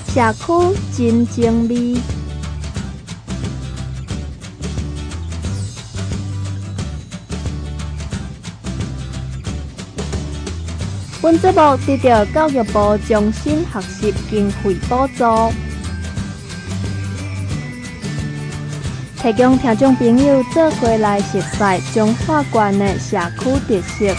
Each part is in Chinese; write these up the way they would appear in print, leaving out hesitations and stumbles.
社区真情味。本节目得到教育部终身学习经费补助，提供听众朋友做伙来熟悉彰化县的社区特色。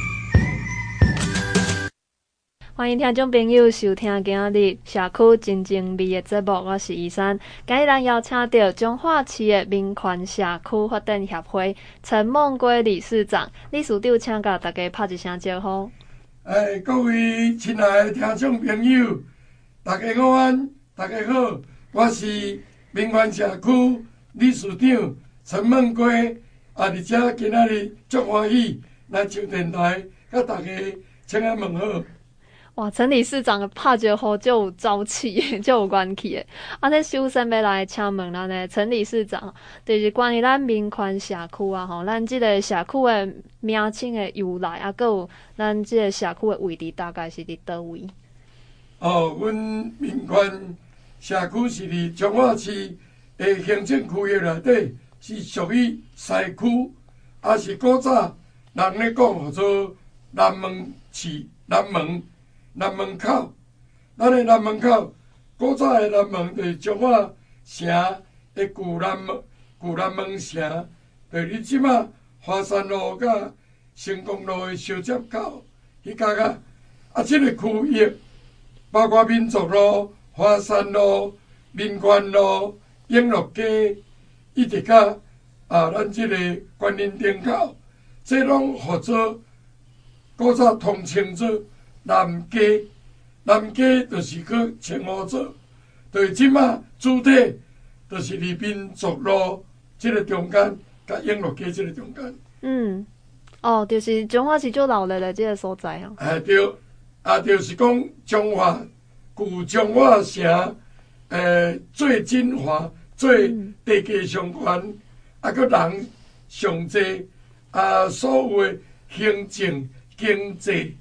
欢迎听众朋友收听今日社区真情味的节目，我是依珊。今日咱邀请到彰化市的民权社区发展协会陈梦圭理事长，理事长请甲大家拍一声招呼。 各位亲爱的听众朋友，大家午安，大家好，我是民权社区理事长陈梦圭，而且今仔日足欢喜来上电台，甲大家请安问好。 哇，陈理事长的拍招呼就有朝气，就有元气的。这首先要来请问咱的陈理事长，就是关于咱民权社区啊，咱这个社区的名称的由来，还有咱这个社区的位置大概是伫倒位？ 阮民权社区是伫彰化市的行政区域内底，是属于西区，也是古早人咧讲叫做南门市、南门口。咱的南门口，古早的南门就是彰化城的旧南门城，就是你即马华山路甲成功路的相接口迄角啊。即个区域包括民族路、华山路、民权路、永乐街，一直到咱即个观音顶口，这拢号做古早统称做南街。南街就是去称呼做，就是即马主体就是伫民族路即个中间，甲永乐街即个中间。 就是彰化是最闹热的即个所在啊。 对，就是讲旧彰化城，最精华、最地价上悬，佮人上济，所有的行政、经济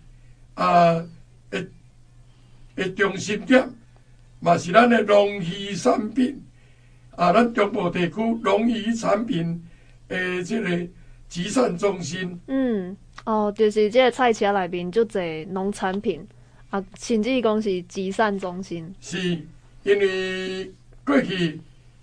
的中心点，嘛是咱的农渔产品，咱中部地区农渔产品的即个集散中心。 就是这个菜市内面足侪农产品，甚至讲是集散中心。 是，因为过去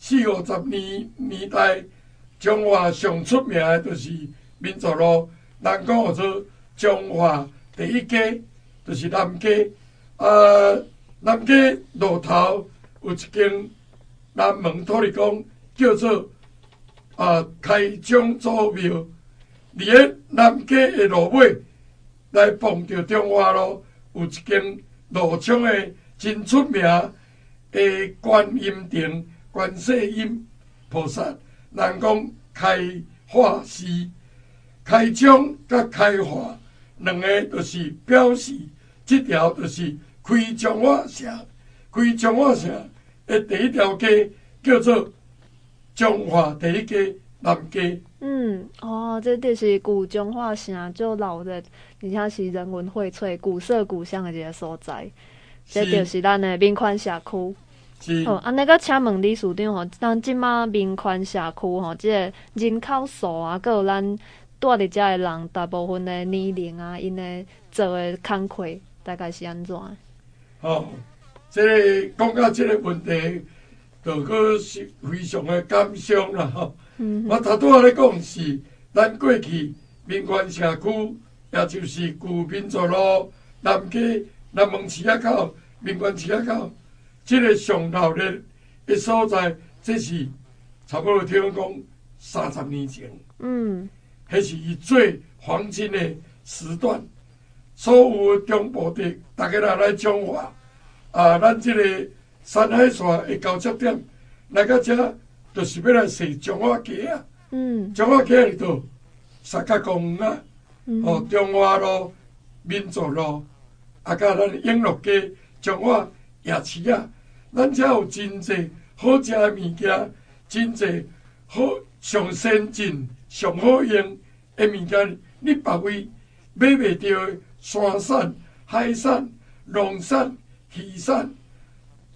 40-50年代，彰化上出名的就是民族路，人讲叫做彰化第一街，就是南街。南街路头有一间南门土地公，叫做开漳祖庙。伫咧南街的路尾来碰到中华路，有一间路冲的真出名的观音亭、观世音菩萨，人讲开化寺。开漳甲开化两个就是表示，这条就是开彰化城。开彰化城的第一条街叫做彰化第一街南街。 这就是旧彰化城最闹热，而且是人文荟萃、古色古香的一个所在。这就是咱的民权社区。 是。 安尼，佮请问理事长咱即马民权社区即个人口数啊，佮有咱住伫遮的人，大部分的年龄啊，因的做的工课大概是安怎？ 这个讲到这个问题，就佫是非常的感伤啦我头拄仔咧讲是，咱过去民权社区，也就是旧民族路、南街、南门市仔口、民权市仔口，这个上闹热的所在，这是差不多听讲30年前。迄是伊最黄金的时段，所有中部地，大家来彰化，咱这个山海线的交接点，来到这就是要来踅彰化街啊。彰化街里头，三角公园啊，中华路、民族路，甲咱永乐街、彰化夜市啊，咱遮有真济好食的物件，真济好上先进、上好用的物件，你别位买袂到的山产、海产、农产、鱼产，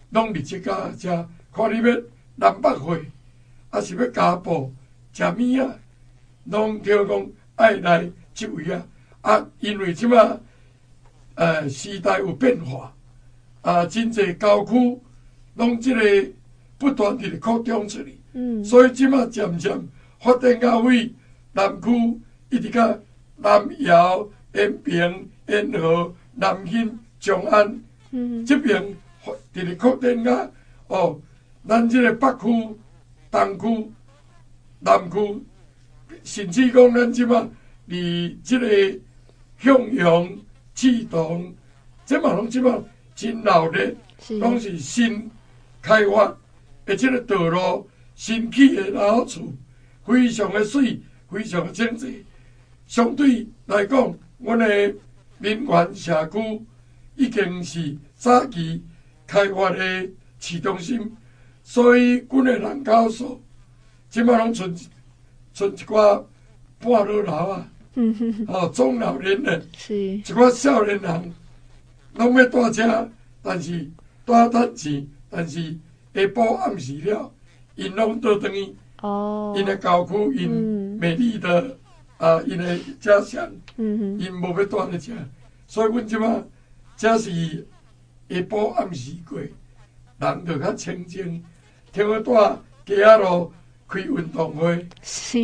拢伫即家遮，看你要南北会，还是要家步食物啊，拢听讲爱来即位啊。啊，因为即马时代有变化，真侪郊区拢即个不断地扩张出去。所以即马渐渐发展到位南区，一直到南窑、延平、延和、南兴、长安，这边直直扩展到咱这个北区、东区、南区，甚至讲咱即马离这个向阳、启东，这嘛拢即马真闹热，拢是新开发的这个道路。新起的老厝非常的水，非常的整齐。相对来讲，阮的民权社区已经是早期开发的市中心，所以阮的人口数即摆拢剩一寡半老头啊，中老年人，一寡少年人拢要住遮，但是住趁钱，但是下晡暗时了。因拢倒转去，因的郊区，因美丽的因的家乡，因无要住咧遮，所以阮即马这是下晡暗时过，人就较清静，听我住街仔路开运动会。 是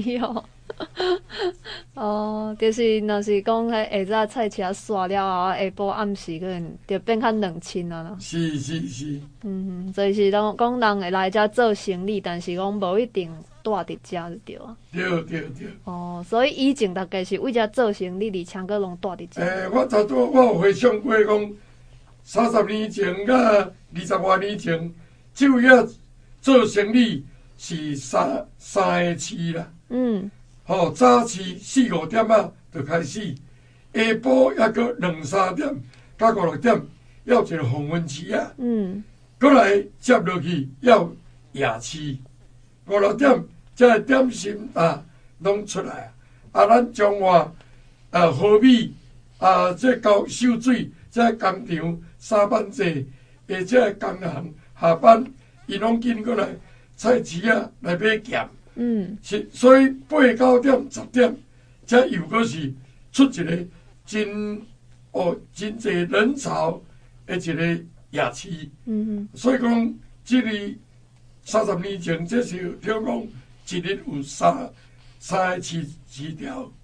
就是若是讲迄下早菜车煞了后，下晡暗时可能就变较冷清啊啦。 是。 所以是讲人会来遮做生意，但是讲无一定住伫遮就对啊。 对。 所以以前大概是为遮做生意，而且佫拢住伫遮。 我有回想过讲，30年前甲20多年前，这位啊做生意是三个市啦。早市4、5点就开始，下晡还阁2、3点，到5、6点，还有一个黄昏市啊。过来接落去要夜市，5、6点才点心拢出来。咱中华河米这高秀水这工厂三班制，而且工人下班，伊拢紧过来菜市来买咸。所以8、9点、10点，才又阁是出一个真侪人潮的一个夜市。所以讲，这里30年前，这是听讲一日有三个市条。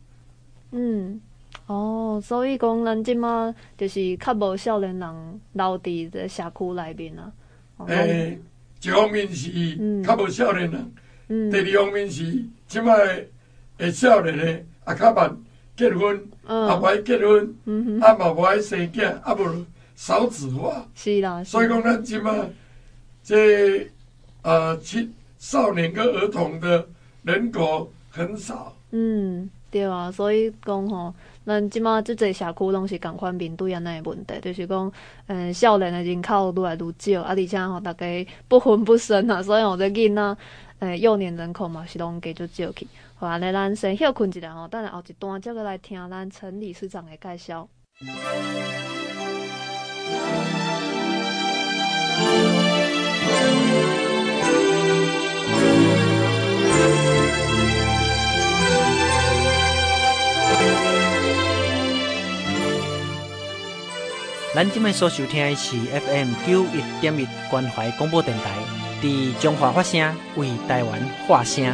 所以讲咱即马就是较无少年人留伫这社区内面啊。 一方面是较无少年人。第二方面是即摆的少年的较慢结婚，无爱结婚，嘛无爱生囝，无少子化。是啦。所以讲咱即摆这少年跟儿童的人口很少。 对啊，所以讲吼，咱即马即个社区拢是共款面对安尼的问题，就是讲，少年的人口愈来愈少，而且吼，大家不婚不生啊，所以吼这囡仔，幼年人口嘛是拢加足少去。好，安尼咱先休困一下吼，等下后一段再过来听咱陈理事长的介绍。 咱今摆所收听的是 FM 91.1关怀广播电台，伫中华发声，为台湾发声。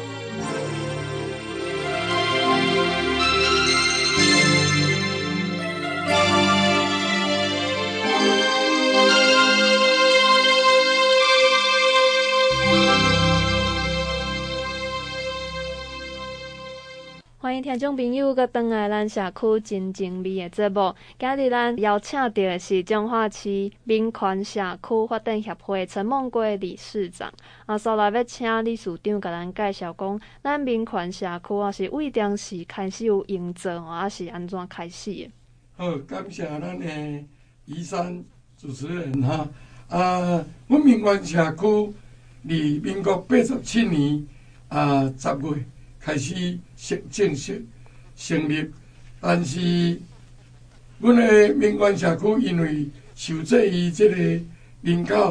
欢迎听众朋友搁转来咱社区真静美的节目。今日咱邀请到的是彰化市民权社区发展协会陈梦桂理事长。所来要请理事长甲咱介绍讲，咱民权社区是为当时开始有营造，还是安怎开始的？ 好，感谢咱的宜山主持人哈。阮民权社区伫民国87年10月开始正式成立，但是阮的民权社区因为受制于这个人口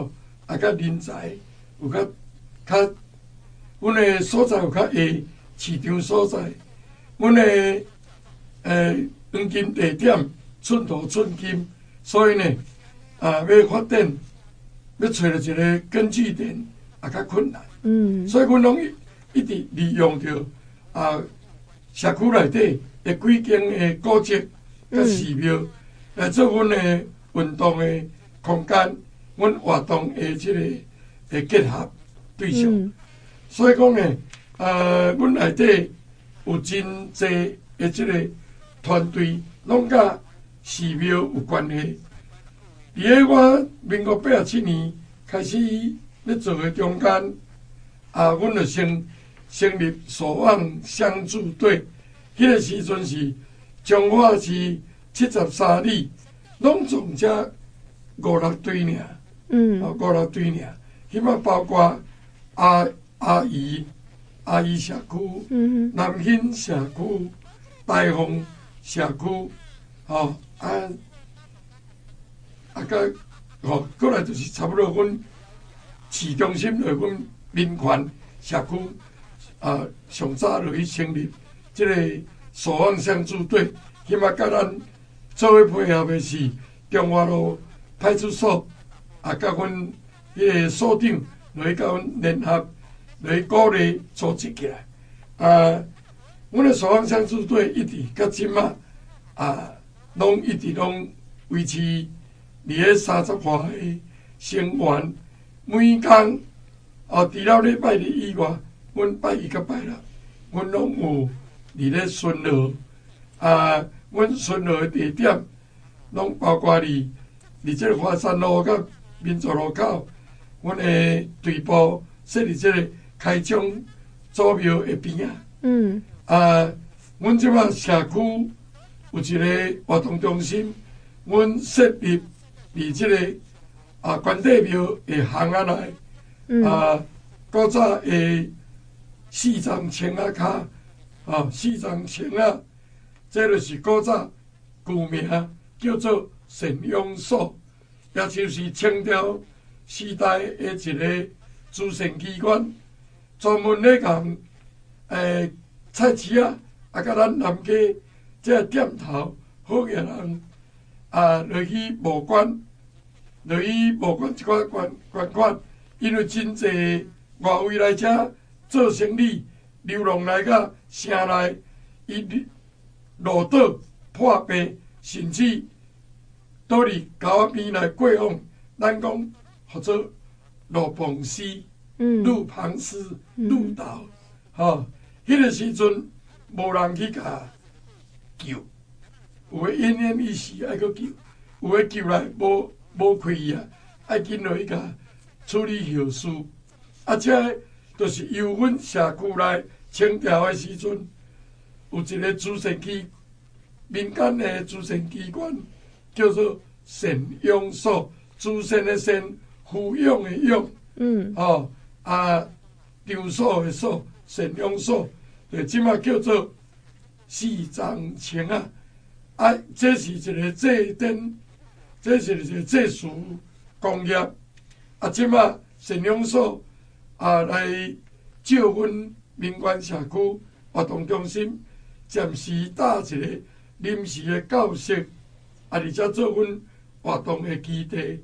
甲人才有较，阮的所在有较下市场所在，阮的黄金地点寸土寸金，所以呢要发展，要找到一个根据点也较困难。所以阮拢一直利用着社区内底的几间的古迹甲寺庙来做阮的运动的空间，阮活动的即个结合对象。所以讲呢，阮内底有真侪的即个团队，拢甲寺庙有关系。伫个我民国87年开始咧做的中间，阮就成立守望相助队。迄个时阵是彰化市73里，拢总只5-6队尔，5-6队尔。迄摆包括阿姨社区、南兴社区、大丰社区，过来就是差不多阮市中心的阮民权社区，上早就去成立即个守望相助队。迄摆甲咱做伙配合的是中华路派出所，甲阮迄个所长落去甲阮联合，落去鼓励组织起来。阮的守望相助队一直到即马，拢一直拢维持伫个30外个成员，每工除了礼拜日以外，阮拜一到拜六，阮拢有伫咧巡逻。阮巡逻的地点拢包括伫即个华山路甲民族路口，阮的队部设伫即个开宗祖庙的边阮即摆社区有一个活动中心，阮设立伫即个关帝庙的巷仔内，古早的4张青仔卡，4张青仔，这就是古早旧名叫做神勇所，也就是清朝时代的一个慈善机关，专门咧共菜市甲咱南街这个店头好个人落去募捐，落去募捐一寡捐款，因为真侪外围来遮做生意，流浪来到城内，伊路倒破病，甚至倒伫沟仔边来过往，咱讲或者路旁丝、路旁丝、路倒，迄个时阵无人去甲救，有诶奄奄一息爱去救，有诶救来无开意爱紧落去甲处理后事。这就是由阮社区内清朝诶时阵，有一个慈善民间的慈善机关，叫做善养所，慈善的善，抚养的养，场所的所，善养所，就即马叫做4张青仔。这是一个祭典，这是一个祭祀工业。即马善养所来借阮民权社区活动中心，暂时搭一个临时的教室，而且做阮活动的基地。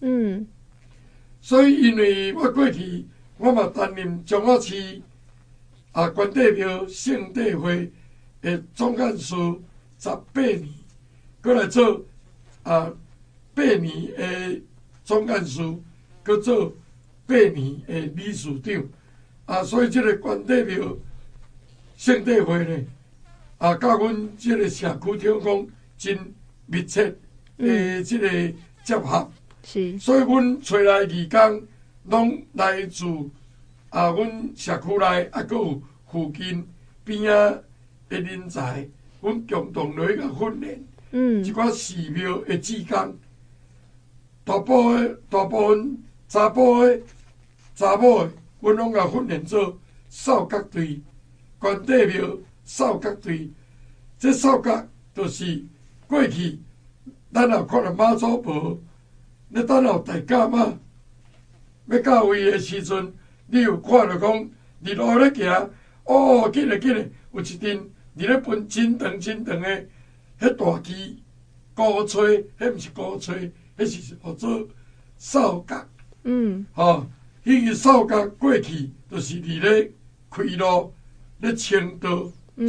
所以因为我过去我嘛担任彰化市关帝庙圣帝会的总干事18年，过来做8年的总干事，搁做8年的理事长。所以这个关帝庙圣帝会呢，甲阮这个社区听讲真密切的这个结合。 是， 所以阮找来义工，拢来自阮社区内，搁有附近边的人才，阮共同落去甲训练。一寡寺庙的志工，大部分查甫的、查某的，阮拢甲训练做扫角队、关帝庙扫角队。这扫角就是过去咱若看到妈祖婆咧等候大甲妈， 要到位的时阵，你有看到讲日路咧行，哦，紧嘞，有一阵伫咧分真长的，迄大枝古吹，迄毋是古吹，迄是叫做扫角。迄个扫角过去，就是伫咧开路，咧清道。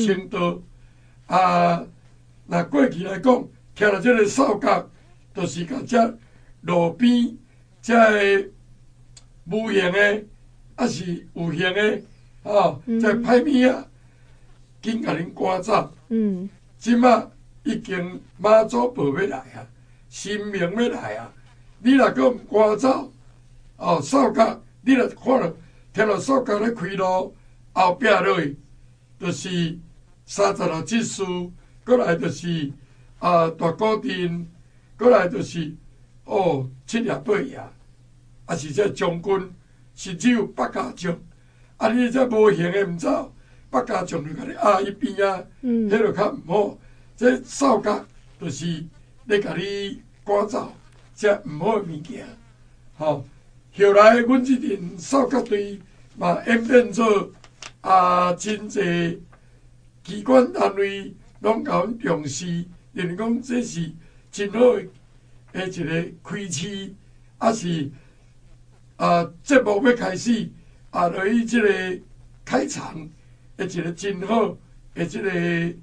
若过去来讲，徛到即个扫角，就是甲遮路边遮个无形的，还是有形的，遮歹物啊，紧甲恁赶走。即马已经妈祖婆要来啊，神明要来啊，你若阁毋赶走，扫角，你若看到听到扫角咧开路，后壁落去，就是36节书，过来就是大古殿，过来就是七叶八叶，啊是这将军，甚至有百家将，你这无形的毋走，百家将就甲你压一边啊，迄就较毋好。这扫角就是咧甲你赶走，这毋好的物件。后来阮即阵扫角队嘛演变做真济机关单位拢甲阮重视，认为讲这是真好的一个开市，是节目要开始，落去即个开场的一个真好的即个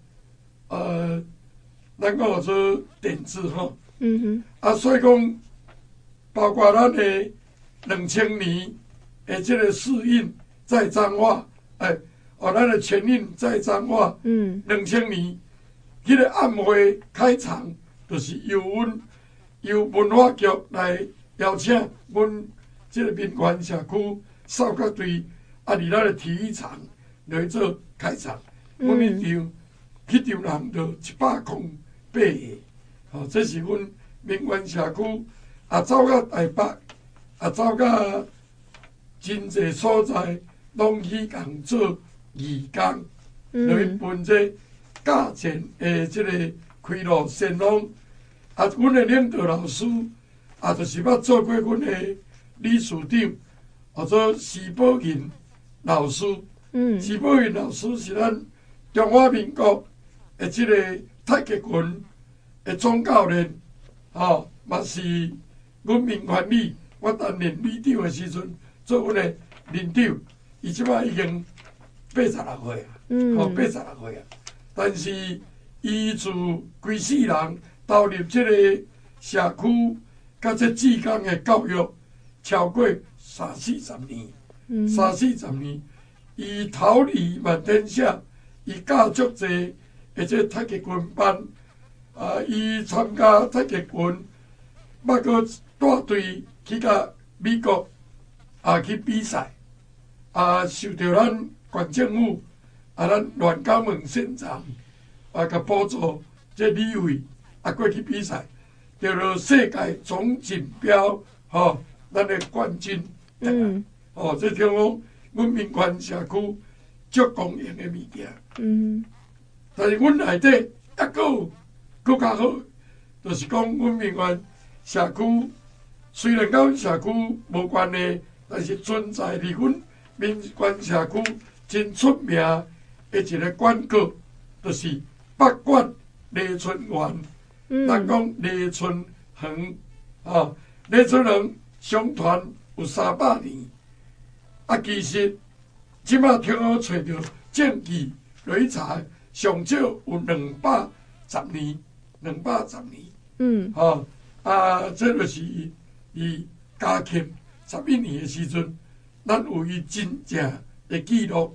咱讲做点子吼。所以讲，包括咱的2000年的即个试映在彰化，咱的全映在彰化，2000年迄个暗会开场，就是由文化局来邀请阮即个民权社区扫角队，伫咱的体育场来做开场。阮迄场人就108个，这是阮民权社区走到台北，走到真济所在，拢去共做义工，来分这价钱的即个开路先锋。阮的领导老师就是捌做过阮的理事长，叫做施宝银老师。施宝银老师是咱中华民国的即个太极拳的总教练，嘛是阮民权里我担任里长的时阵做阮的领导。伊即摆已经86岁86岁啊！但是伊自规世人投入即个社区甲这志工的教育超过30-40年，30-40年，伊桃李满天下，伊教足济的这太极拳班，伊参加太极拳，捌个带队去甲美国去比赛，受到咱县政府咱阮高门县长甲补助这礼费，过去比赛，得了世界总锦标，咱的冠军。这听讲阮民权社区足公营的物件。但是阮内底搁较好，就是讲阮民权社区虽然甲阮社区无关系，但是存在伫阮民权社区真出名的一个广告，就是北管李春元。咱讲李春恒，李春恒上传有300年，其实即马挺好找到证据来查，上少有210年，210年。这就是伊嘉庆11年的时阵，咱有伊真正的记录，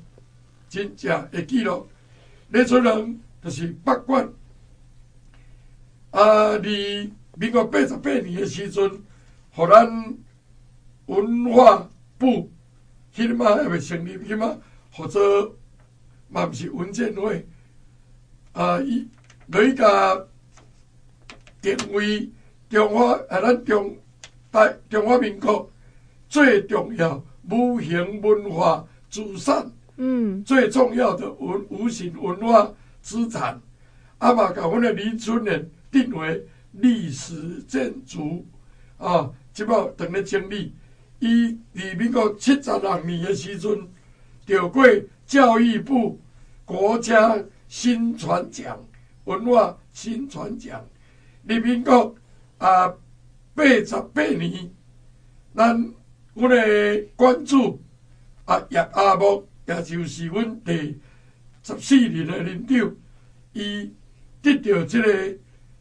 李春恒就是北管。伫民国88年的时阵，互咱文化部迄马还未成立，迄马或者嘛毋是文建会，伊来甲定位咱中华民国最重要无形文化资产，最重要的无形文化资产，嘛甲阮的李春元定为历史建筑，即摆当咧整理， 伊伫民国76年的时阵，得过教育部国家新传奖、文化新传奖。伫民国88年，阮的馆主叶阿木，也就是阮第14任的任长，伊得到这个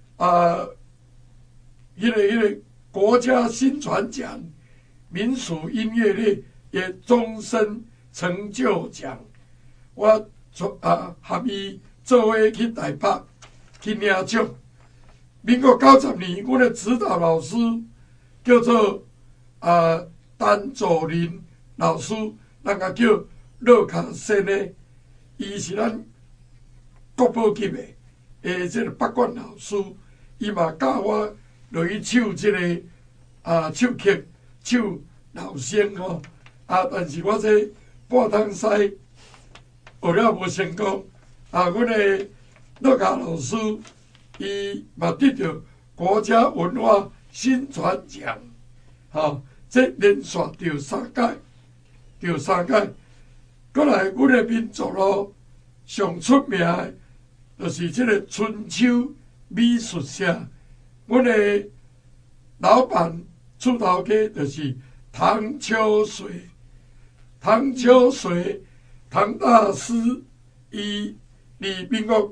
迄个国家新传奖民俗音乐类的终身成就奖。我和伊做伙去台北去领奖。民国90年，阮的指导老师叫做陈祖林老师，人家叫洛卡森的，伊是咱国宝级的这个北管老师，伊嘛教我落去唱这个唱曲、唱老生吼。但是我这半桶西学了无成功。阮的洛卡老师，伊嘛得到国家文化新传奖，这连续第三届。过来，阮的民族咯，上出名的，就是这个春秋美术社。阮的老板厝头家就是唐秋水，唐大师，伊伫民国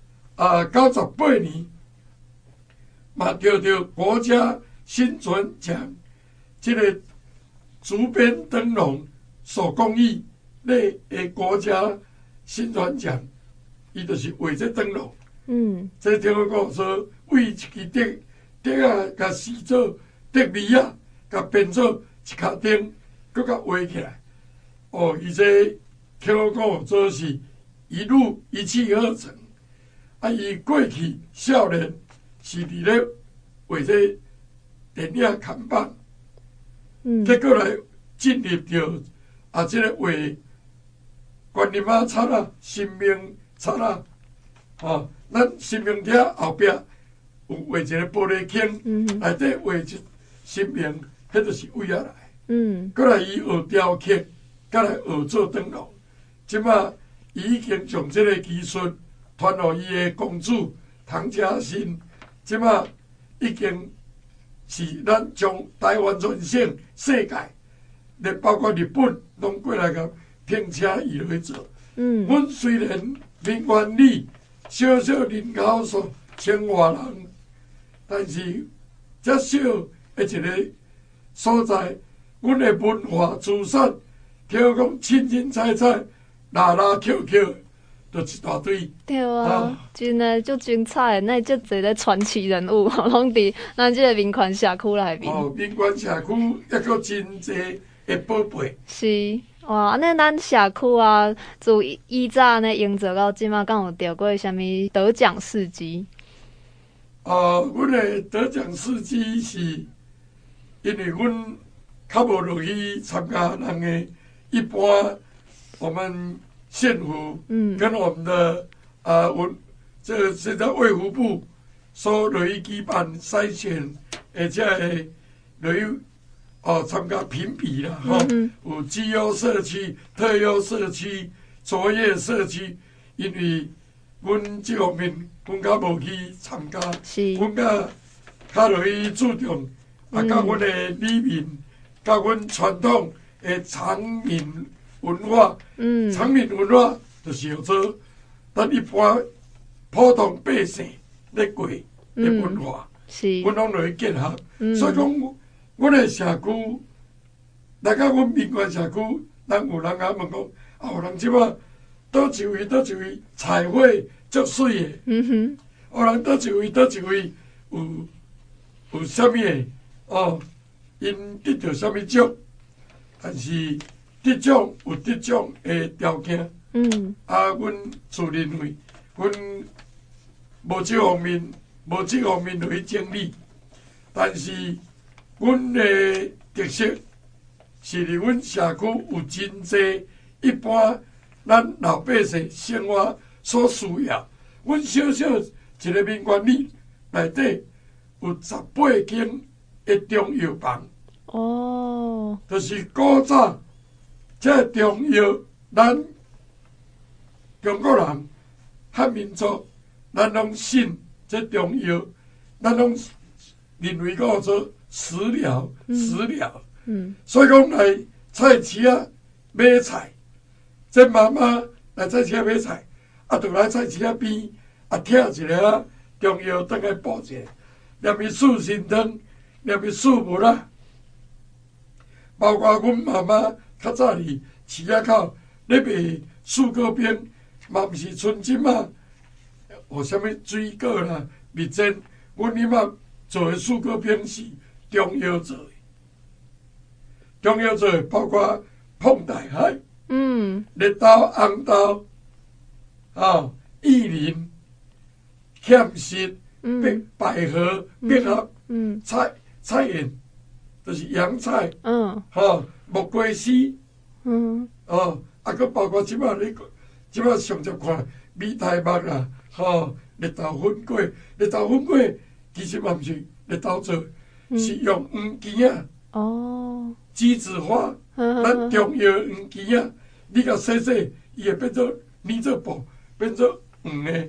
98年，嘛得到国家新传奖，这个竹编灯笼手工艺类的国家新传奖，伊就是画这灯笼。这听我讲说，为一支竹甲撕做竹篾甲编做一卡钉，佮甲画起来。伊这听我讲，做是一气呵成。伊过去少年是伫咧画这电影看板，结果来进入到这个画观音仔册啊、神明册啊，咱神明厅后壁有画一个玻璃孔，内底画一神明，迄就是为啊来。过来伊学雕刻，再来学做灯笼。即马伊已经将这个技术传予伊的公主唐嘉欣，即马已经是咱将台湾全省世界，连包括日本，拢过来甲聘请伊落去做。阮虽然民园里小小人口数1000外人，但是遮小的一个所在，阮的文化资产，听讲凊凊彩彩、拉拉扣扣，就一大堆。 对啊，真的足精彩的，那足侪咧传奇人物，拢伫咱即个民权社区内面。 民权社区抑阁真侪的宝贝。 是。哇，安尼咱社区啊，自以早安尼营造到即马，敢有得过啥物得奖事迹？ 阮的得奖事迹是，因为阮较无落去参加人的一般我们县府跟我们的这个现在卫福部所落去举办筛选，而且会落去参加评比啦，有绩优社区、特优社区、卓越社区。因为阮这方面，阮较无去参加，阮较落去注重甲阮的里面，甲阮传统的长闽文化。长闽文化就是叫做咱一般普通百姓咧过的文化，阮拢落去结合。所以讲，阮的社区，来到阮民权社区，人有人问讲，有人即马倒一位彩绘足水的，有人倒一位有啥物的因得到啥物奖，但是得奖有得奖的条件。阮自认为，阮无这方面落去整理，但是阮的特色是伫阮社区有真侪一般咱老百姓生活所需要。阮小小一个民权里内底有18间的中药房。 哦， 就是古早这中药，咱中国人汉民族，咱拢信这中药，咱拢认为叫做食疗，食疗。所以讲来菜市啊买菜，这妈妈来菜市啊买菜，就来菜市啊边拆一个中药倒来补一下，念伊四神汤，念伊四物啦。包括阮妈妈较早伫市仔口咧卖四果冰，嘛毋是纯金啊，或啥物水果啦、蜜饯，阮姨妈做的四果冰是中药做的。中药做的包括碰大海、绿豆、红豆、薏仁、芡实、百合、百合、菜园，就是洋菜，木瓜丝，佮包括即摆上常看米苔目啦，绿豆粉粿，绿豆粉粿其实嘛毋是绿豆做，是用黄芪啊。栀子花，咱中药黄芪啊，你甲洗洗，伊会变做黏做布，变做黄的。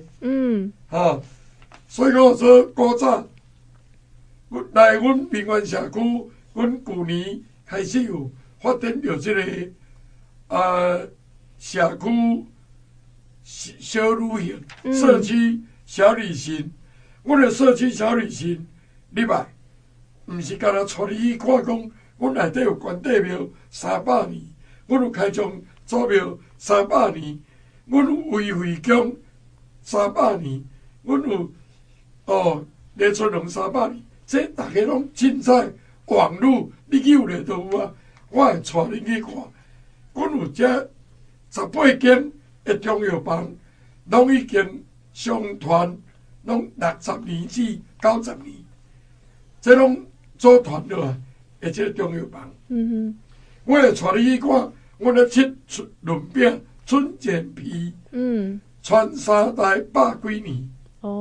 所以讲说古早，来阮平原社区，阮旧年开始有发展着这个社区小旅行、社区小旅行。阮的社区小旅行，入来，毋是干那带你去看讲。阮内底有关帝庙300年，阮有开宗祖庙300年，阮有维惠宫300年，阮有李春龙300年，这大家拢凊彩网络你去有咧都有啊，我会带恁去看。阮有这18间的中药房，拢已经相传拢60年至90年，这拢组团落来。而且中药房，我会带你去看，阮咧吃润饼、春卷皮，传3代100几年，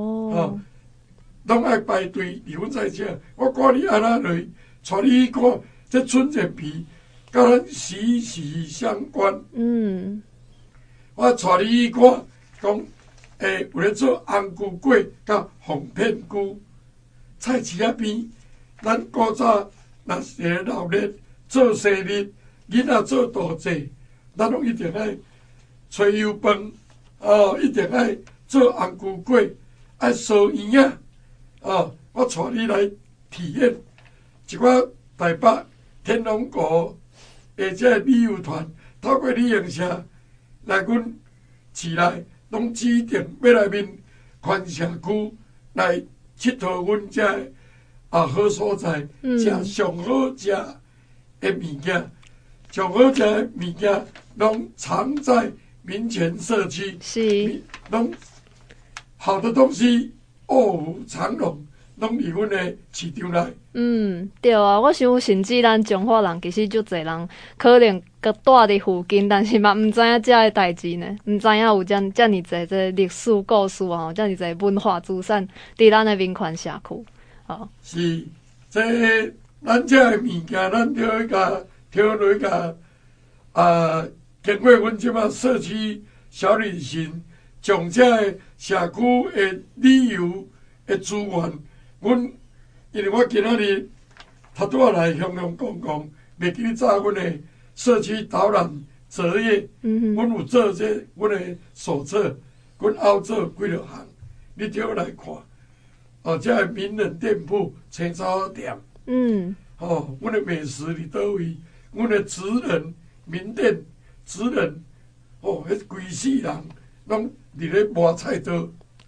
拢爱排队离阮在遮。我看你安那落，带你去看这春卷皮，甲咱息息相关。我带你去看，讲有咧做红菇粿甲红片菇，菜市仔边，咱古早。若是老日做生日，囡仔做大祭，咱拢一定爱炊油饭，一定爱做红菇粿，爱烧圆啊，我带你来体验一寡台北天龙国的这旅游团，透过旅行社来阮市内，拢指定要来面宽社区来佚佗阮遮。好所在，食上好食的物件，上好食的物件，拢藏在民权社区。 是， 拢好的东西卧虎藏龙，拢伫阮的市场内。 对啊，我想甚至咱中华人其实足侪人可能佮住伫附近，但是嘛毋知影遮的代志呢，毋知影有遮尔侪这历史故事啊，遮尔侪文化资产伫咱的民权社区。 是，这咱这的物件，咱就去挑落甲经过阮即马社区小旅行，将这个社区的旅游的资源，因为我今仔日拄拄来向讲，袂记早阮的社区导览作业，阮有做这阮的手册，阮凹做几落项，你挑来看。这名人店铺、青草店，阮的美食伫倒位？阮的职人名店、职人，迄规世人拢伫咧磨菜刀。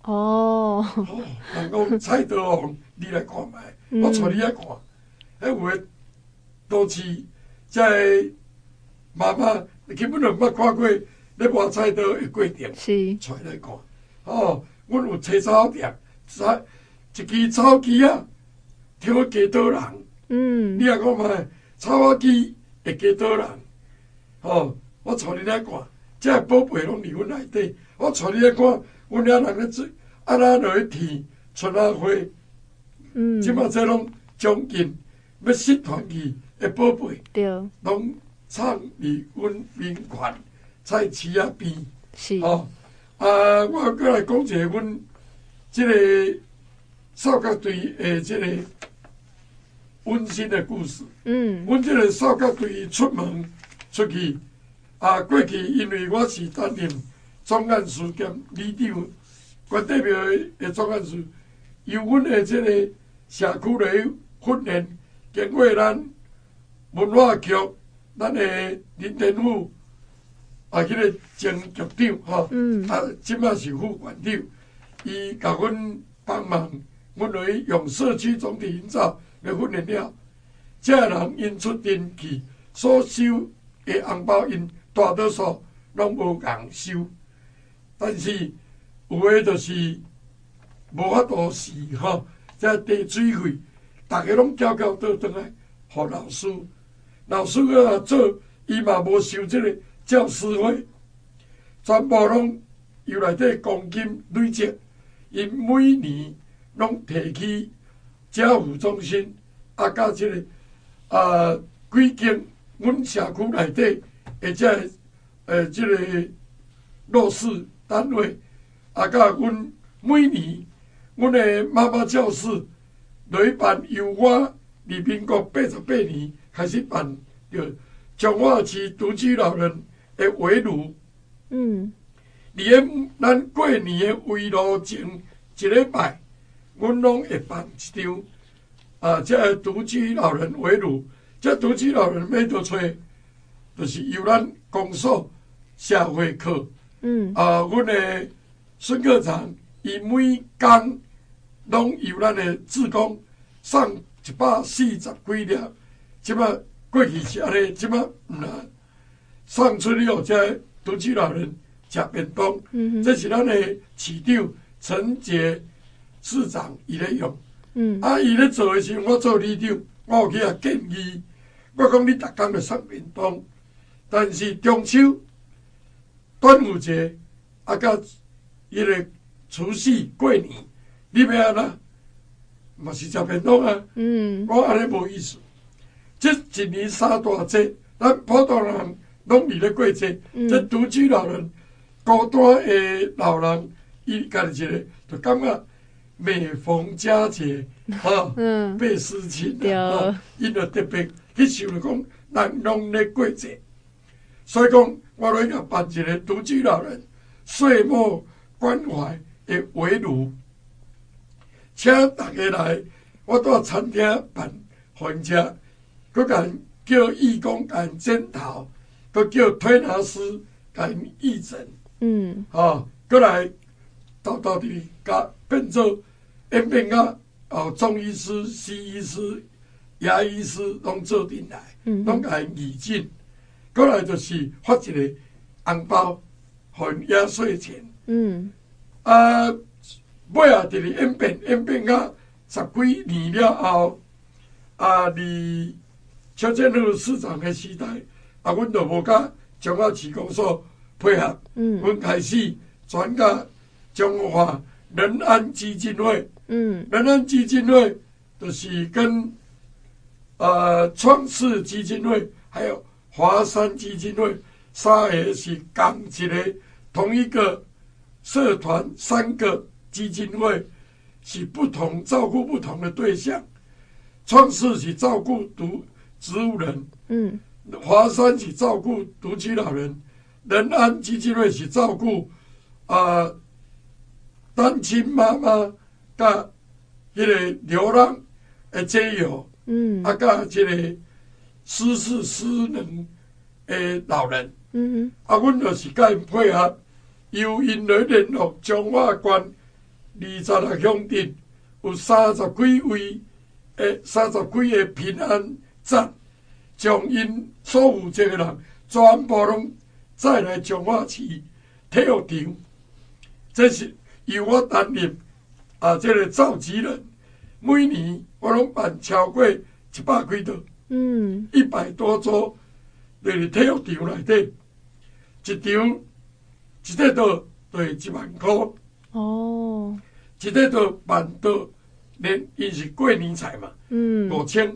人讲菜刀王，你来看觅，我带你来看。迄有诶都市，这妈妈根本就捌看过咧磨菜刀的过程，带来看。阮有青草店，一支草机啊，挑加多人。你也讲嘛，草机会加多人。我带你来看，这宝贝拢伫阮内底。我带你来看，阮遐人咧做，安那落去剃春仔花。即马这拢将近要失传去的宝贝， 对， 拢藏伫阮民权菜市仔边。 是， 我过来讲一个阮即个扫角队的即个温馨的故事。阮即个扫角队出门出去，过去因为我是担任总干事兼里长，关代表的总干事，由阮的即个社区来训练，经过咱文化局，咱的林天富迄个前局长即摆是副馆长，伊甲阮帮忙，阮来用社区总体营造来训练了。这人因出阵去所收的红包，因大多数拢无共收，但是有诶就是无法度是这地水费，大家拢交倒转来，互老师。老师做，伊嘛无收这个教师费，全部拢由内底公金累积，因每年拢提起家扶中心，甲这个几间阮社区内底或者即个弱势单位，甲阮每年阮的妈妈教室来办，由我伫民国88年开始办着彰化市独居老人的围炉。伫咧咱过年的围炉前一礼拜，阮拢会办一场这独居老人围炉。这独居老人要倒找，就是由咱公所社会课。阮的孙科长，伊每工拢由咱的志工送140几粒，即摆过去是安尼，即摆毋啦，送出了这独居老人食便当。这是咱的市长陈杰市长伊咧用。伊咧做的时候，我做里长，我有去建议。我讲你逐工就送便当，但是中秋、端午节甲迄个除夕过年，你要安怎？嘛是食便当啊。我安尼无意思。这一年三大节，咱普通人拢伫咧过节。这独居老人、孤单的老人，伊家己一个，就感觉每逢佳节，倍思亲啊，因就特别。去想着讲，人拢咧过节，所以讲我来甲办一个独居老人岁末关怀的围炉，请大家来，我到餐厅办互因食，佮甲因叫义工甲因剪头，佮叫推拿师甲因义诊，佮来豆伫甲变做演变甲中医师、西医师。牙医师拢做阵来，拢甲因义诊，过来就是发一个红包，互因压岁钱。尾啊，就是演变到10几年了后，伫邱建和市长的时代，阮就无甲彰化市公所配合，阮开始转甲中华仁安基金会。仁安基金会就是跟创世基金会还有华山基金会3个是共一个同一个社团，3个基金会是不同照顾不同的对象。创世是照顾植物人，华山是照顾独居老人，仁安基金会是照顾单亲妈妈甲迄个流浪的街友。甲即个失智失能的老人，阮就是甲因配合，由因来联络彰化县26乡镇有30几位的平安站，将因所负责的人全部拢载来彰化市体育场。这是由我担任这个召集人。每年我拢办超过100几桌，100多桌，就是体育场内底，一场一块桌就是1万块。一块桌办桌，因是过年菜嘛，5000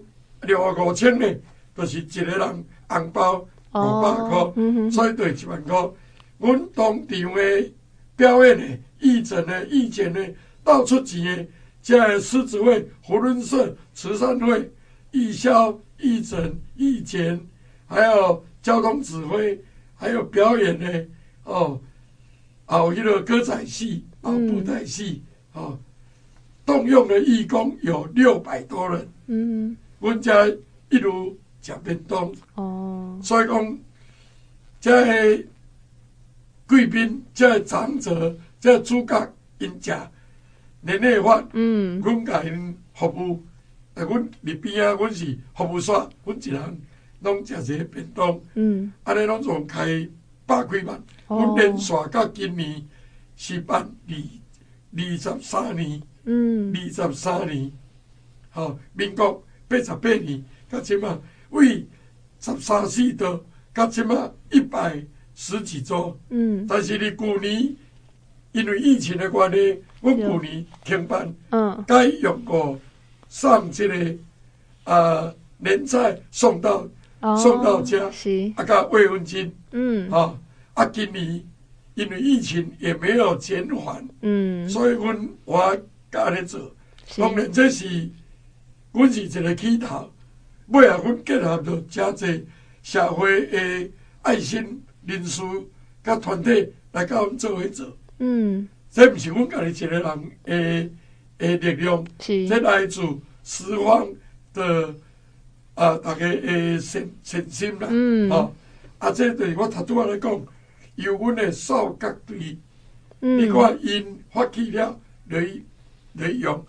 25000呢，就是一个人红包500块，所以就1万块。阮当场的表演的、义诊的、义检的、到出钱的，这个狮子会、福伦社、慈善会、义消、义诊、义检，还有交通指挥，还有表演的哦，有迄个歌仔戏、布袋戏哦，动用的义工有600多人。阮遮一路食便当。所以讲，这个贵宾、这个长者、这个主角，因食年夜饭，阮甲因服务。阮伫边仔，阮是服务煞，阮一人拢食一个便当。安尼拢总开100几万。阮连续到今年是办23年，23年，民国88年到即马，为13、14道到即马110几周。但是你去年因为疫情的关系，阮去年停办，改用过送这个年菜送到家，甲慰问金。今年因为疫情也没有减缓，所以我甲安尼做，当然这是阮是一个起头。尾啊，阮结合着真济社会的爱心人士甲团体来甲阮做伙做。这毋是阮家己一个人的力量，这来自四方的大家的善心啦。这就是我头拄仔咧讲，由阮的扫角队，你看因发起了来用。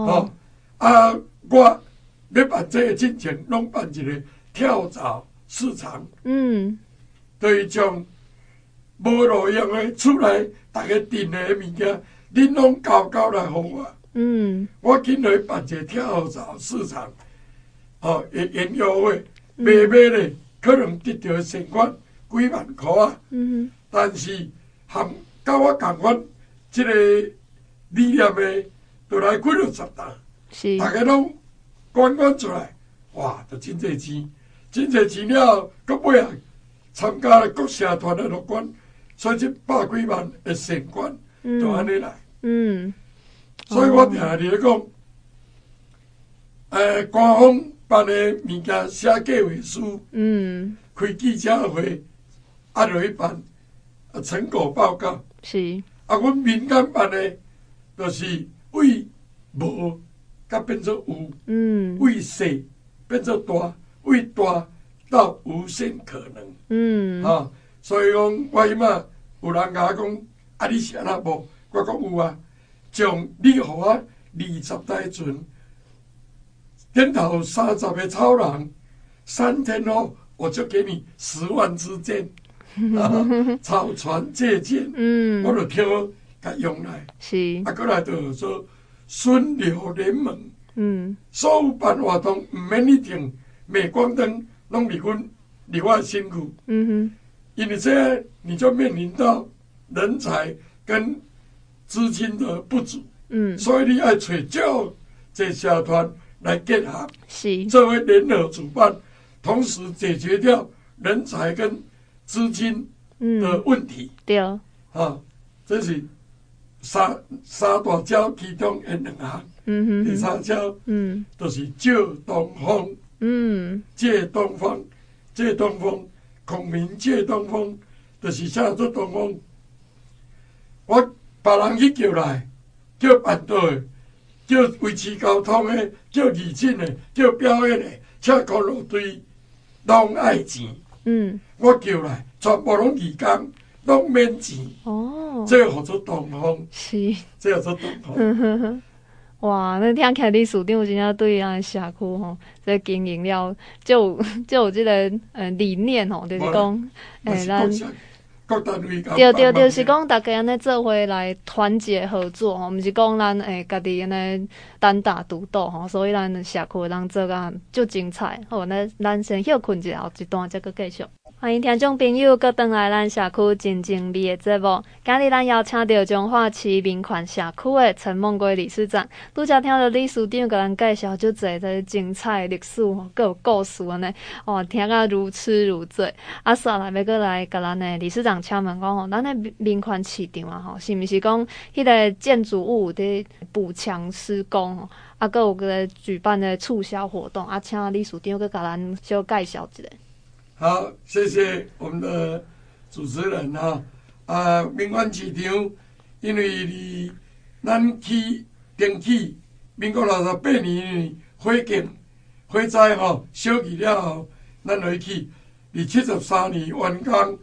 我要办这个之前，拢办一个跳蚤市场。就是将无路用的厝内大家订的物件，恁拢交来互我。我紧来办一个跳蚤市场，的演奏会，卖咧可能得到成款几万块啊。但是甲我共款，这个理念的，就来几60担，大家拢捐出来，哇，就真侪钱了，搁尾啊参加了各社团的乐捐，所以这100几万的善款就安尼来。所以我定下咧讲，官方办的物件写计划书，开记者会，就去办成果报告。阮民间办的，就是为无甲变做有，为小变做大，为大到无限可能。所以讲，我即马有人甲我讲，你是安那无？我讲有啊，将你互我20台船，点头30个超人，3天后我就给你10万支箭，草船借箭，我就听甲用来。过来就说顺流联盟，所有办活动毋免一定镁光灯拢离我身躯。因为这样你就面临到人才跟资金的不足。所以你要找这社团来结合，作为联合主办，同时解决掉人才跟资金的问题。这是三大招其中的2项。第3招，就是借东风。借东风，孔明借东风，就是啥做东风？我别人去叫来，叫办桌的，叫维持交通的，叫义诊的，叫表演的，车公路队拢爱钱。我叫来，全部拢义工，拢免钱。这个叫做东风。这个叫做东风。 哇，那听起来理事长真正对咱社区吼，这经营了就有这个理念吼，就是讲，咱对，是讲大家安尼做伙来团结合作吼，毋是讲咱家己安尼单打独斗吼，所以咱社区人做甲就精彩。好，咱先休困一下，后一段再搁继续。 欢迎听众朋友搁回来咱社区真正味的节目。今日咱邀请到彰化市民权社区的陈梦桂理事长，拄则听到理事长甲咱介绍足侪的精彩的历史吼，阁有故事安尼，哦，听啊如痴如醉。啊，煞来要搁来甲咱的理事长请问讲吼，咱的民权市场啊吼，是毋是讲迄个建筑物有伫补强施工吼？啊，阁有个举办的促销活动啊，请理事长搁甲咱小介绍一下。 好，谢谢我们的主持人民权市场，因为离咱去登记民国68年火警火灾小去了后，咱落去离73年完工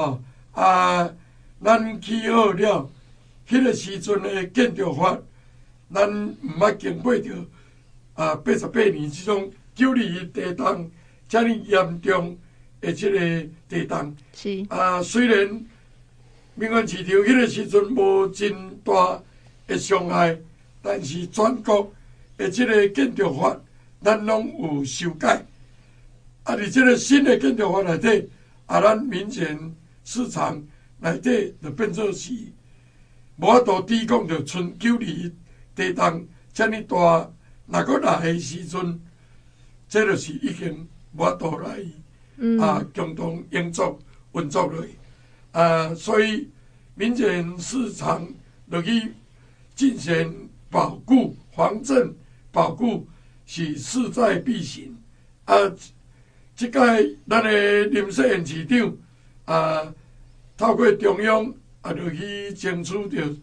咱起好了，迄个时阵的建筑法，咱毋捌经过着88年即种921地动遮尔严重。即个地动是虽然民权市场迄个时阵无真大的伤害，但是全国的即个建筑法，咱拢有修改。伫即个新的建筑法内底，咱民权市场内底就变做是无法度抵抗着像921地动遮尔大，若搁来的时阵，这就是已经无法度来。共同运作落去，所以民权市场落去进行保固、防震、保固是势在必行。即届咱的林世燕市长透过中央落去争取着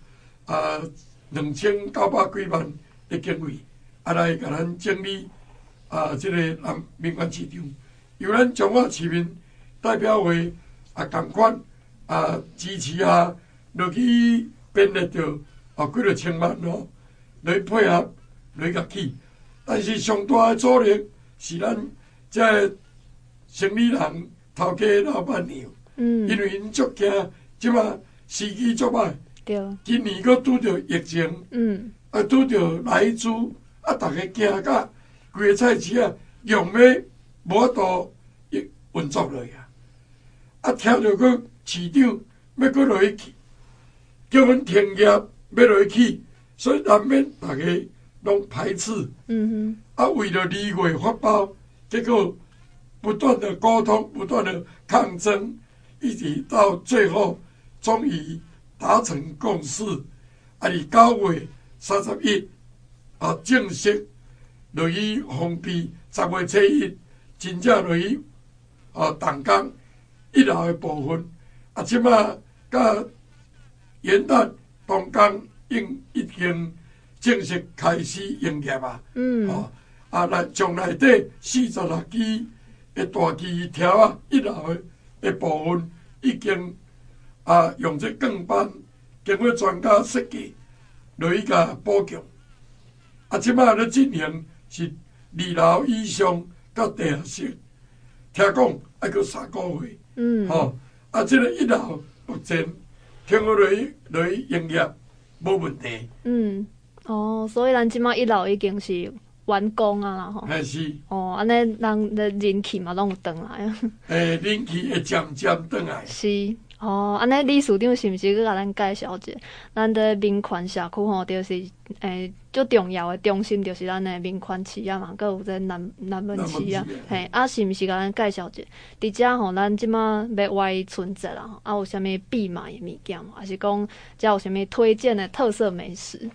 2900几万的经费，来甲咱整理即个民权市场。由咱彰化市民代表会同款支持落去编列着几落千万来配合来甲起，但是上大的阻力是咱这生理人头家老板娘，因为因足惊即马时机足歹，今年佫拄着疫情，拄着来猪，大家惊甲规个菜市用要无法度运作落去听着佫市长要佫落去，叫阮停业要落去，所以难免大家拢排斥。为了2月发包，结果不断的沟通，不断的抗争，一直到最后，终于达成共识。伫9月31正式落去封闭，10月初1真正落去动工1楼的部分，即马甲元旦动工已经正式开始营业来将内底46支的大机条1楼的部分已经用这钢板经过专家设计落去甲补强。即马咧进行是2楼以上到地下室。听讲还阁3个月，这个1楼目前听落去营业无问题。 所以咱即马1楼已经是完工啊啦吼。 是。 安尼人气嘛拢有转来啊。 人气会渐渐转来。 是。安尼理事长是毋是去甲咱介绍一下？咱的民权社区吼，就是最重要的中心就是咱的民权市啊嘛，佮有这南门市啊，是毋是甲咱介绍一下？伫遮吼，咱即马要歪春节啦，有啥物必买的物件，还是讲遮有啥物推荐的特色美食？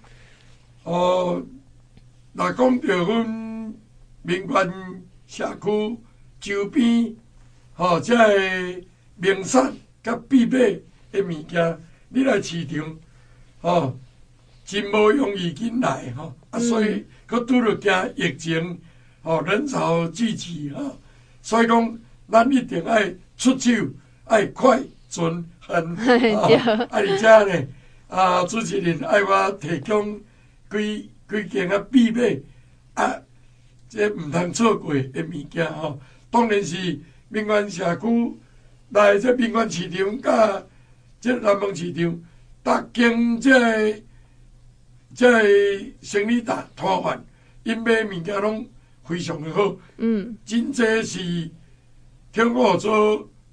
若讲到阮民权社区周边，这个名产。甲必买的物件，你来市场，真无容易进来所以佮拄着惊疫情，人潮聚集所以讲咱一定爱出手，爱快、准、狠而且呢，主持人爱我提供几件必买这毋通错过的物件当然是民权社区。来这民权市场甲这南门市场，逐间这生理摊贩，因买物件拢非常的好。真济是听我做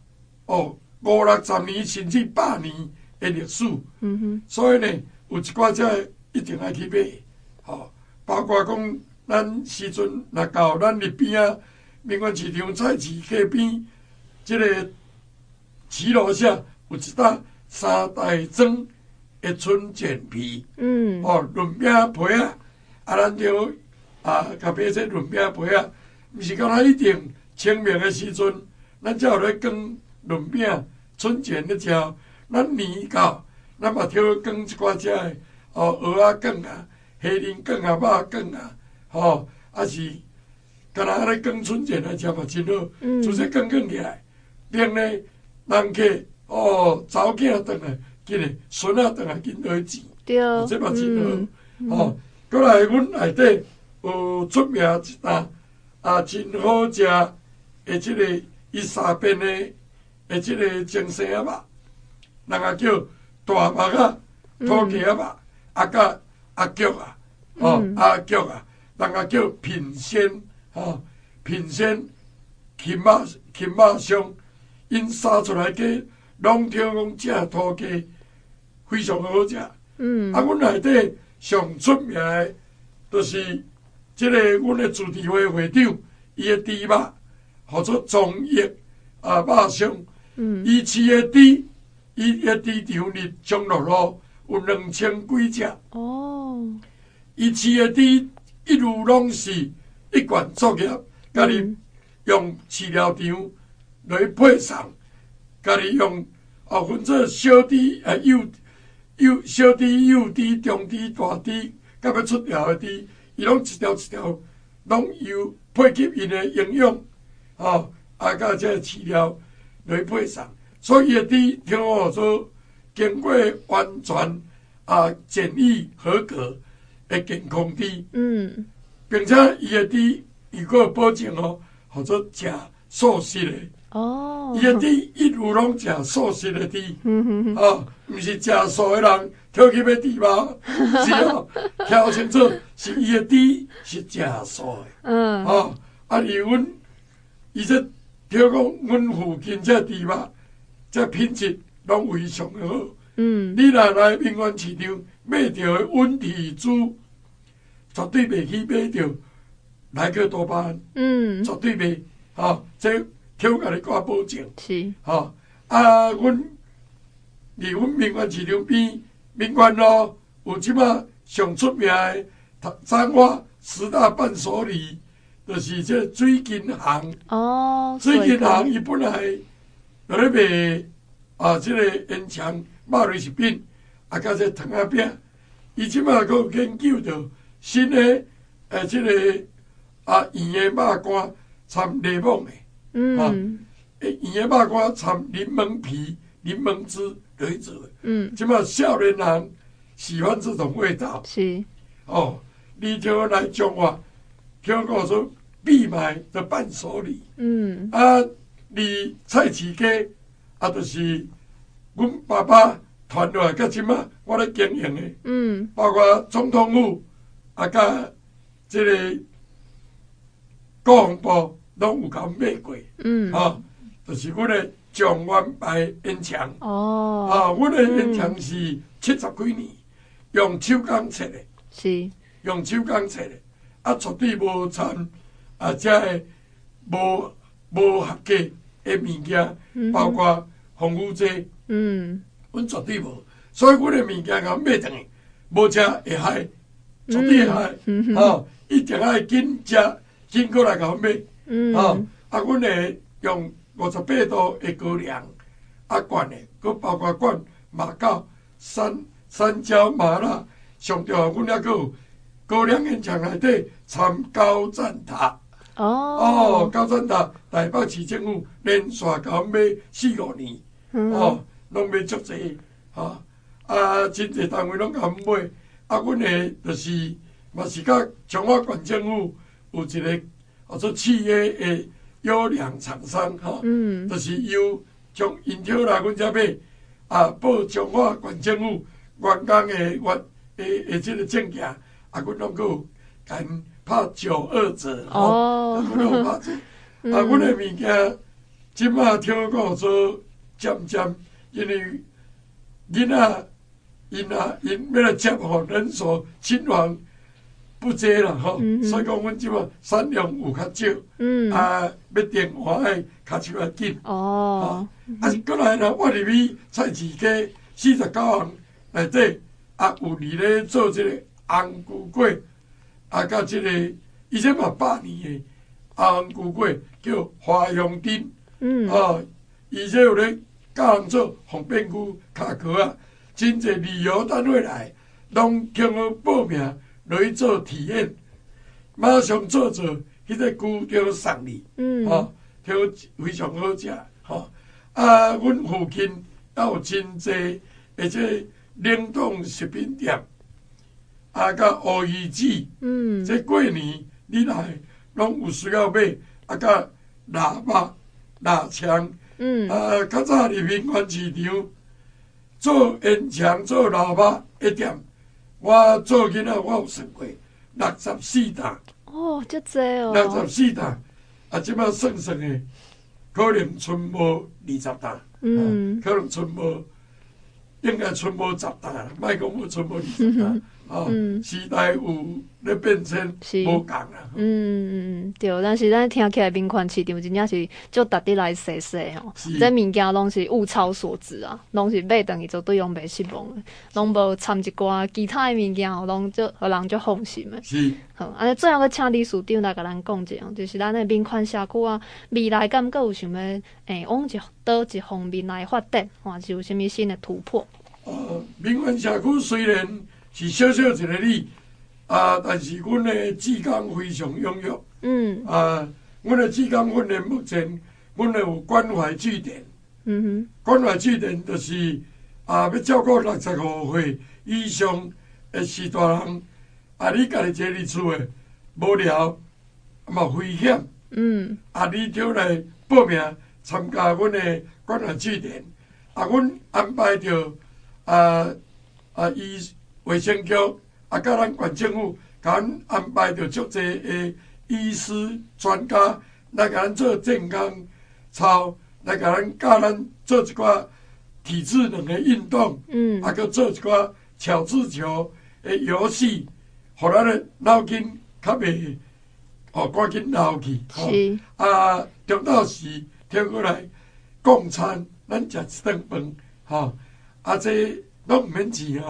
50-60年甚至100年的历史。所以呢，有一寡只一定爱去买。包括讲咱时阵若到咱入边啊，民权市场菜市街边，即个骑楼下有一搭3代庄的春卷皮。润饼皮啊，咱就甲买这润饼皮啊，毋是讲咱一定清明的时阵，咱才有咧卷润饼、春卷咧食。咱年到，咱嘛挑卷一寡只的蚵仔卷啊、虾仁卷啊、肉卷啊，啊是干那安尼卷春卷来食嘛真好。就说卷起来，另呢人客查某囝转来，紧嘞孙仔转来紧倒去钱，这嘛真好。过来，阮内底有出名一单真好食的即个伊三边的即个精生仔肉，人也叫大肉啊、土鸡仔肉，甲鸭脚啊，鸭脚啊，人也叫品鲜，品鲜禽肉香，因杀出来个拢听讲正土鸡，非常好食。阮内底上出名的，就是即个阮的自治会会长，伊的猪肉，号做忠义肉香。伊饲的猪，伊的猪场伫中乐路有2000几只。伊饲的猪一路拢是一贯作业，家己用饲料场来配送，家己用分做小猪小猪、幼猪、中猪、大猪，甲要出料的猪，伊拢一条一条拢由配给因的营养，甲这饲料来配送，所以伊的猪听讲说经过完全检疫合格的健康猪，并且伊的猪如果有保证或者食素食的。伊的猪一路拢食素食的猪，毋是食素的人跳去买猪肉，是挑清楚是伊的猪是食素的。而阮伊这听讲，阮附近这猪肉这品质拢非常的好。你若来民权市场买到的温体猪，绝对袂去买到莱克多巴胺，绝对袂。这挑甲你挂保证。是。阮伫阮民权市场边民权路有即马上出名的彰化10大伴手礼，就是这水金行。水金行伊本来就咧卖即个烟肠、肉类食品，甲这糖仔饼。伊即马佫有研究到新的即个圆的肉干掺柠檬的。圆的肉干掺柠檬皮、柠檬汁来做的。即马少年人喜欢这种味道。是。你听来中华，听讲说必买的伴手礼。离菜市街就是阮爸爸传落来，到即马我咧经营的。包括总统府甲即个国防部拢有甲阮买过。就是阮的状元牌烟肠。阮的烟肠是70几年用手工切的。是。用手工切的，绝对无掺这个无合格的物件，包括防腐剂。阮绝对无，所以阮的物件甲买转去，无食会害，绝对会害。一定爱紧食，紧过来甲阮买。阮会用58度的高粱灌的，佮包括灌马告、山椒、麻辣，上重要，阮还佮有高粱烟肠内底掺高赞塔。高赞塔台北市政府连续甲阮买4-5年，拢买足济。真济单位拢甲阮买。阮的就是嘛是甲彰化县政府有一个叫做企业的优良厂商，就是由从因挑来阮遮买，报彰化县政府员工的即个证件，阮拢佮有甲因拍92折，阮拢有拍者。阮的物件即马听讲做渐渐因为囡仔因要来接吼，人手亲王不济啦吼，所以讲阮即马产量有较少，要电话爱骹手较紧。 哦， 过来呢，我入去菜市街49行内底，有伫咧做即个红菇粿，甲即个以前嘛100年的红菇粿叫花香丁，而且有咧教人做方便菇卡壳啊，真侪旅游单位来，拢向我报名落去做体验，马上做迄个菇就送你，就非常好食，阮附近也有真侪，而且冷冻食品店，甲乌鱼子，这过年你来拢有需要买，甲腊肉、腊肠，较早入民权市场做烟肠、做腊肉的店，我做囡仔我有算过64担。 哦，足济哦。 64担，即摆算的，可能剩无20担，可能剩无，应该剩无10担啦，莫讲无剩无20担。时代有咧变迁，无共啦。 对，但是咱听起来民权市场真正是足值得来踅踅吼。这物件拢是物超所值啊，拢是买等于绝对用袂失望的，拢无掺一寡其他的物件吼，拢足互人足放心的。 是。 好，最后个请理事长来甲咱讲者，就是咱的民权社区啊，未来敢阁有想要往倒一方面来发展，还是有啥物新的突破？ 民权社区虽然是小小一个里，但是阮的志工非常踊跃。阮的志工训练目前，阮有关怀据点。关怀据点就是要照顾65岁以上的士大人，你家己坐伫厝的无聊嘛危险。你就来报名参加阮的关怀据点。阮安排着卫生局甲咱县政府，甲咱安排着足侪的医师专家来甲咱做健康操，来甲咱教咱做一寡体智能的运动，搁做一寡巧智球的游戏，互咱的脑筋较袂赶紧老去。中昼时跳过来共餐，咱食一顿饭，这拢毋免钱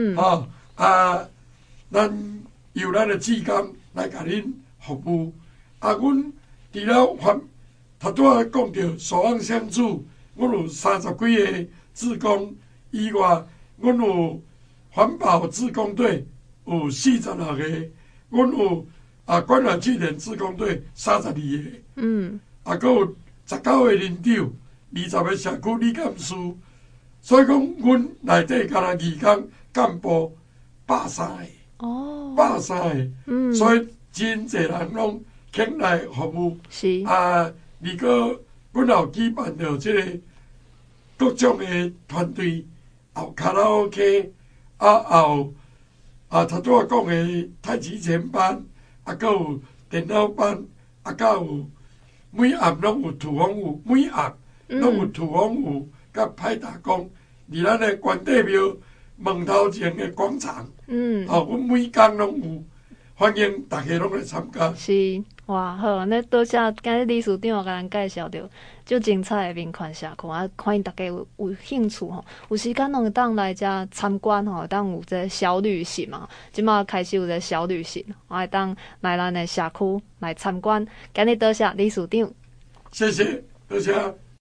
咱由咱的志工来甲恁服务。阮除了头拄仔讲到守望相助，阮有30几个志工以外，阮有环保志工队有46个，阮有关怀据点志工队32个，搁有19个人长，20个社区理干事。所以讲，阮内底敢若义工干部130个，130个，所以真侪人拢肯来服务。 是如果阮也有举办着即个各种的团队，也有卡拉 OK， 也有头拄仔讲的太极拳班，搁有电脑班，搁有每暗拢有土风舞，每暗拢有土风舞。甲歹打工，伫咱的关帝庙门头前的广场，阮每工拢有，欢迎大家拢来参加。 是，哇，好，安尼多谢今日理事长甲咱介绍着足精彩的民权社区，欢迎大家有兴趣吼，有时间拢会当来遮参观吼，当有这小旅行嘛，即马开始有这小旅行，会当来咱的社区来参观。今日多谢理事长， 谢谢，多谢。